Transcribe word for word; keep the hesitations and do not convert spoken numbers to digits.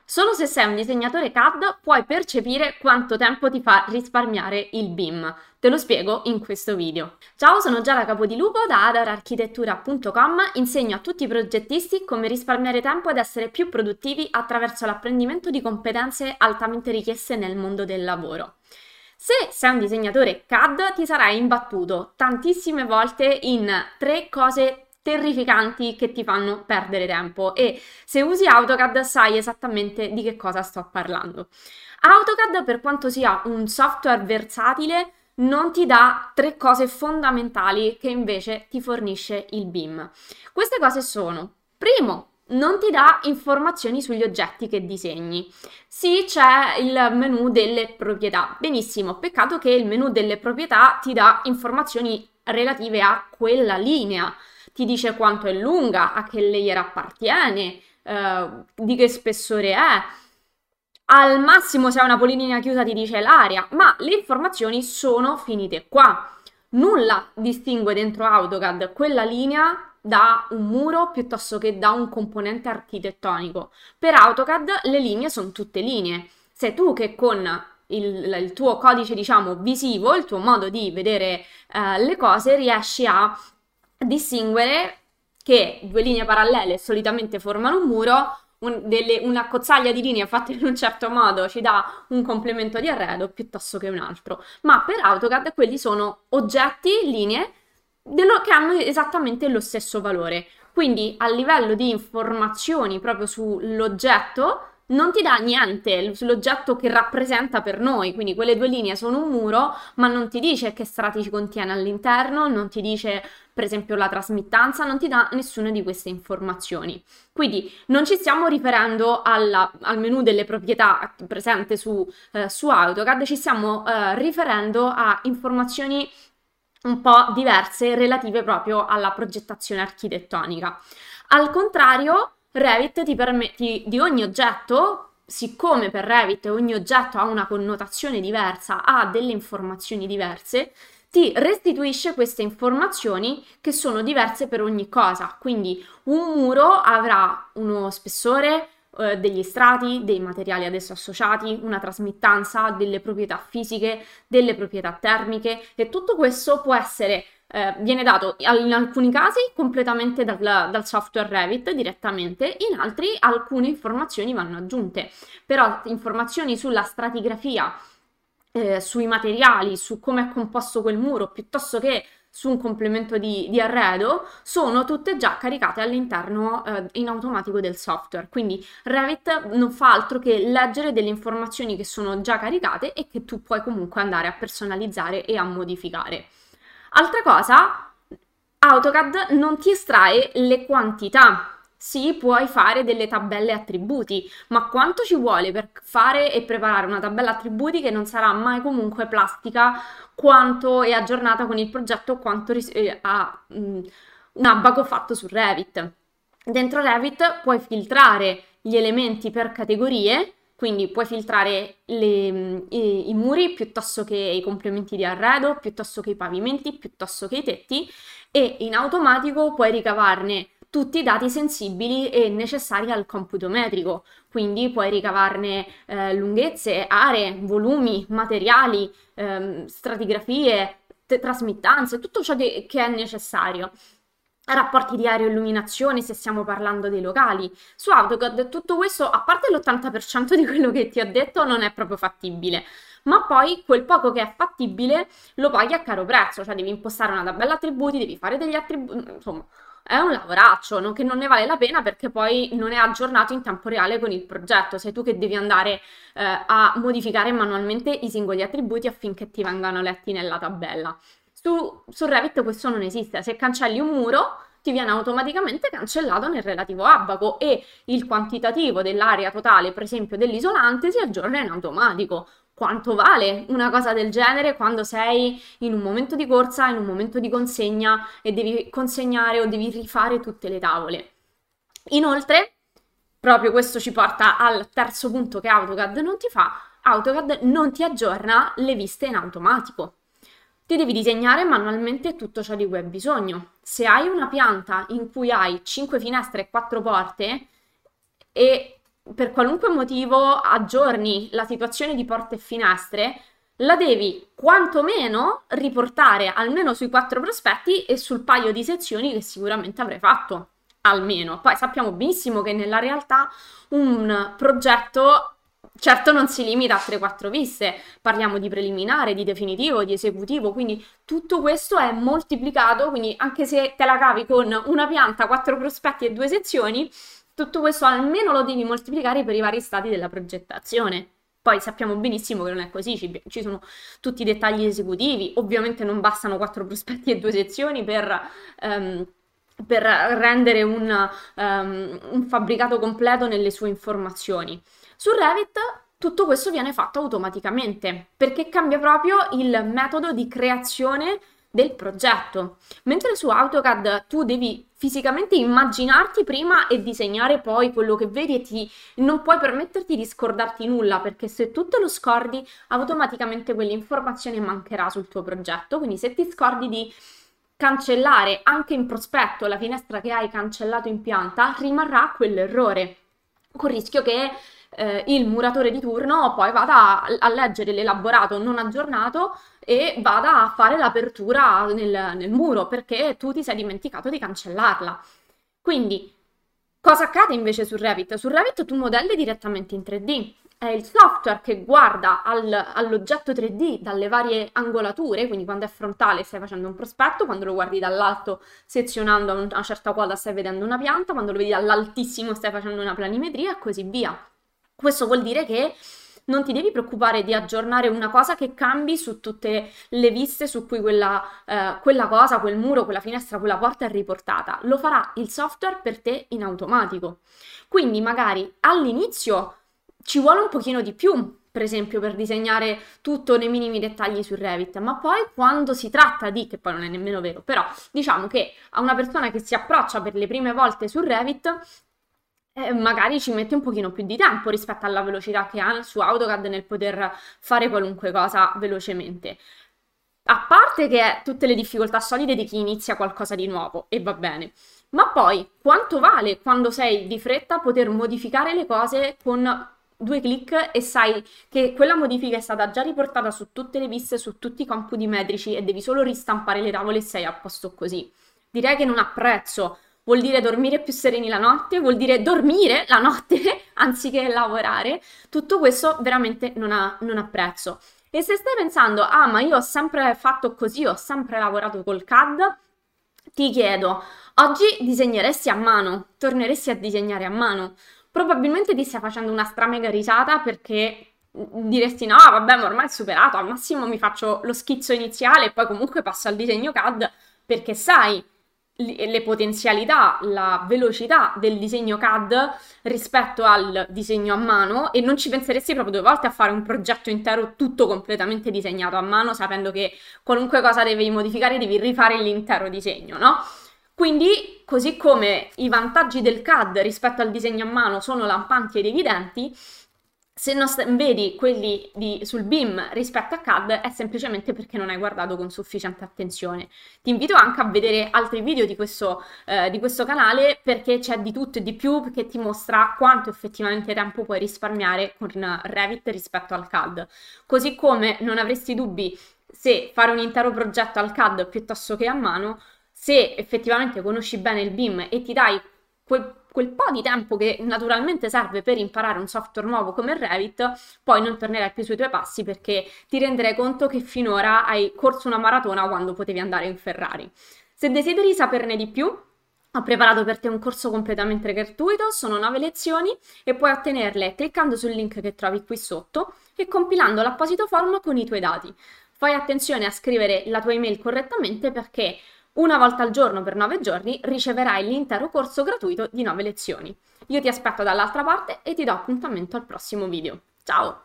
Solo se sei un disegnatore C A D puoi percepire quanto tempo ti fa risparmiare il B I M. Te lo spiego in questo video. Ciao, sono Giada Capodilupo da adararchitettura punto com. Insegno a tutti i progettisti come risparmiare tempo ed essere più produttivi attraverso l'apprendimento di competenze altamente richieste nel mondo del lavoro. Se sei un disegnatore C A D ti sarai imbattuto tantissime volte in tre cose terrificanti che ti fanno perdere tempo e se usi AutoCAD sai esattamente di che cosa sto parlando. AutoCAD, per quanto sia un software versatile, non ti dà tre cose fondamentali che invece ti fornisce il B I M. Queste cose sono: primo, non ti dà informazioni sugli oggetti che disegni. Sì, c'è il menu delle proprietà, benissimo, peccato che il menu delle proprietà ti dà informazioni relative a quella linea. Ti dice quanto è lunga, a che layer appartiene, eh, di che spessore è. Al massimo, se è una polilinea chiusa, ti dice l'area, ma le informazioni sono finite qua. Nulla distingue dentro AutoCAD quella linea da un muro piuttosto che da un componente architettonico. Per AutoCAD le linee sono tutte linee. Sei tu che con il, il tuo codice, diciamo, visivo, il tuo modo di vedere eh, le cose, riesci a distinguere che due linee parallele solitamente formano un muro, un, delle, una cozzaglia di linee fatte in un certo modo ci dà un complemento di arredo piuttosto che un altro. Ma per AutoCAD quelli sono oggetti, linee, dello, che hanno esattamente lo stesso valore. Quindi a livello di informazioni proprio sull'oggetto non ti dà niente sull'oggetto che rappresenta per noi, quindi quelle due linee sono un muro, ma non ti dice che strati ci contiene all'interno, non ti dice per esempio la trasmittanza, non ti dà nessuna di queste informazioni. Quindi non ci stiamo riferendo alla, al menu delle proprietà presente su, eh, su AutoCAD, ci stiamo eh, riferendo a informazioni un po' diverse relative proprio alla progettazione architettonica. Al contrario, Revit ti permette di ogni oggetto, siccome per Revit ogni oggetto ha una connotazione diversa, ha delle informazioni diverse, ti restituisce queste informazioni che sono diverse per ogni cosa. Quindi un muro avrà uno spessore, eh, degli strati, dei materiali ad esso associati, una trasmittanza, delle proprietà fisiche, delle proprietà termiche e tutto questo può essere Eh, viene dato in alcuni casi completamente dal, dal software Revit direttamente, in altri alcune informazioni vanno aggiunte, però informazioni sulla stratigrafia, eh, sui materiali, su come è composto quel muro, piuttosto che su un complemento di, di arredo, sono tutte già caricate all'interno eh, in automatico del software. Quindi Revit non fa altro che leggere delle informazioni che sono già caricate e che tu puoi comunque andare a personalizzare e a modificare. Altra cosa, AutoCAD non ti estrae le quantità. Sì, puoi fare delle tabelle attributi, ma quanto ci vuole per fare e preparare una tabella attributi che non sarà mai comunque plastica quanto è aggiornata con il progetto, quanto eh, ha mh, un abaco fatto su Revit. Dentro Revit puoi filtrare gli elementi per categorie, quindi puoi filtrare le, i, i muri piuttosto che i complementi di arredo, piuttosto che i pavimenti, piuttosto che i tetti e in automatico puoi ricavarne tutti i dati sensibili e necessari al computo metrico. Quindi puoi ricavarne eh, lunghezze, aree, volumi, materiali, ehm, stratigrafie, trasmittanze, tutto ciò che, che è necessario. Rapporti di aeroilluminazione se stiamo parlando dei locali. Su AutoCAD tutto questo, a parte l'ottanta per cento di quello che ti ho detto, non è proprio fattibile, ma poi quel poco che è fattibile lo paghi a caro prezzo, cioè devi impostare una tabella attributi, devi fare degli attributi, insomma, è un lavoraccio no? Che non ne vale la pena perché poi non è aggiornato in tempo reale con il progetto, sei tu che devi andare eh, a modificare manualmente i singoli attributi affinché ti vengano letti nella tabella. Su, su Revit questo non esiste, se cancelli un muro ti viene automaticamente cancellato nel relativo abaco e il quantitativo dell'area totale, per esempio dell'isolante, si aggiorna in automatico. Quanto vale una cosa del genere quando sei in un momento di corsa, in un momento di consegna e devi consegnare o devi rifare tutte le tavole? Inoltre, proprio questo ci porta al terzo punto che AutoCAD non ti fa, AutoCAD non ti aggiorna le viste in automatico. Ti devi disegnare manualmente tutto ciò di cui hai bisogno. Se hai una pianta in cui hai cinque finestre e quattro porte e per qualunque motivo aggiorni la situazione di porte e finestre, la devi quantomeno riportare almeno sui quattro prospetti e sul paio di sezioni che sicuramente avrai fatto, almeno. Poi sappiamo benissimo che nella realtà un progetto certo non si limita a tre quattro viste, parliamo di preliminare, di definitivo, di esecutivo, quindi tutto questo è moltiplicato, quindi anche se te la cavi con una pianta, quattro prospetti e due sezioni, tutto questo almeno lo devi moltiplicare per i vari stadi della progettazione. Poi sappiamo benissimo che non è così, ci, ci sono tutti i dettagli esecutivi, ovviamente non bastano quattro prospetti e due sezioni per... Um, per rendere un, um, un fabbricato completo nelle sue informazioni. Su Revit tutto questo viene fatto automaticamente, perché cambia proprio il metodo di creazione del progetto. Mentre su AutoCAD tu devi fisicamente immaginarti prima e disegnare poi quello che vedi e ti, non puoi permetterti di scordarti nulla, perché se tu te lo scordi, automaticamente quell'informazione mancherà sul tuo progetto. Quindi se ti scordi di cancellare anche in prospetto la finestra che hai cancellato in pianta, rimarrà quell'errore, con il rischio che eh, il muratore di turno poi vada a, a leggere l'elaborato non aggiornato e vada a fare l'apertura nel, nel muro perché tu ti sei dimenticato di cancellarla. Quindi cosa accade invece su Revit? Su Revit tu modelli direttamente in tre D. È il software che guarda al, all'oggetto tre D dalle varie angolature, quindi quando è frontale stai facendo un prospetto, quando lo guardi dall'alto sezionando a una certa quadra stai vedendo una pianta, quando lo vedi dall'altissimo stai facendo una planimetria e così via. Questo vuol dire che non ti devi preoccupare di aggiornare una cosa che cambi su tutte le viste su cui quella, eh, quella cosa, quel muro, quella finestra, quella porta è riportata. Lo farà il software per te in automatico. Quindi magari all'inizio ci vuole un pochino di più, per esempio, per disegnare tutto nei minimi dettagli su Revit, ma poi quando si tratta di, che poi non è nemmeno vero, però diciamo che a una persona che si approccia per le prime volte su Revit, eh, magari ci mette un pochino più di tempo rispetto alla velocità che ha su AutoCAD nel poter fare qualunque cosa velocemente. A parte che tutte le difficoltà solide di chi inizia qualcosa di nuovo, e va bene. Ma poi, quanto vale quando sei di fretta poter modificare le cose con due clic e sai che quella modifica è stata già riportata su tutte le viste, su tutti i compiti metrici e devi solo ristampare le tavole e sei a posto così. Direi che non ha prezzo. Vuol dire dormire più sereni la notte, vuol dire dormire la notte anziché lavorare. Tutto questo veramente non ha, non ha prezzo. E se stai pensando, ah, ma io ho sempre fatto così, ho sempre lavorato col C A D, ti chiedo, oggi disegneresti a mano? Torneresti a disegnare a mano? Probabilmente ti stai facendo una stramega risata perché diresti no, vabbè, ma ormai è superato, al massimo mi faccio lo schizzo iniziale e poi comunque passo al disegno C A D, perché sai le potenzialità, la velocità del disegno C A D rispetto al disegno a mano e non ci penseresti proprio due volte a fare un progetto intero tutto completamente disegnato a mano, sapendo che qualunque cosa devi modificare devi rifare l'intero disegno, no? Quindi, così come i vantaggi del C A D rispetto al disegno a mano sono lampanti ed evidenti, se non vedi quelli di, sul B I M rispetto a C A D è semplicemente perché non hai guardato con sufficiente attenzione. Ti invito anche a vedere altri video di questo, eh, di questo canale perché c'è di tutto e di più che ti mostra quanto effettivamente tempo puoi risparmiare con Revit rispetto al C A D. Così come non avresti dubbi se fare un intero progetto al C A D piuttosto che a mano, se effettivamente conosci bene il B I M e ti dai quel, quel po' di tempo che naturalmente serve per imparare un software nuovo come Revit, poi non tornerai più sui tuoi passi perché ti renderai conto che finora hai corso una maratona quando potevi andare in Ferrari. Se desideri saperne di più, ho preparato per te un corso completamente gratuito, sono nove lezioni e puoi ottenerle cliccando sul link che trovi qui sotto e compilando l'apposito form con i tuoi dati. Fai attenzione a scrivere la tua email correttamente perché una volta al giorno per nove giorni riceverai l'intero corso gratuito di nove lezioni. Io ti aspetto dall'altra parte e ti do appuntamento al prossimo video. Ciao!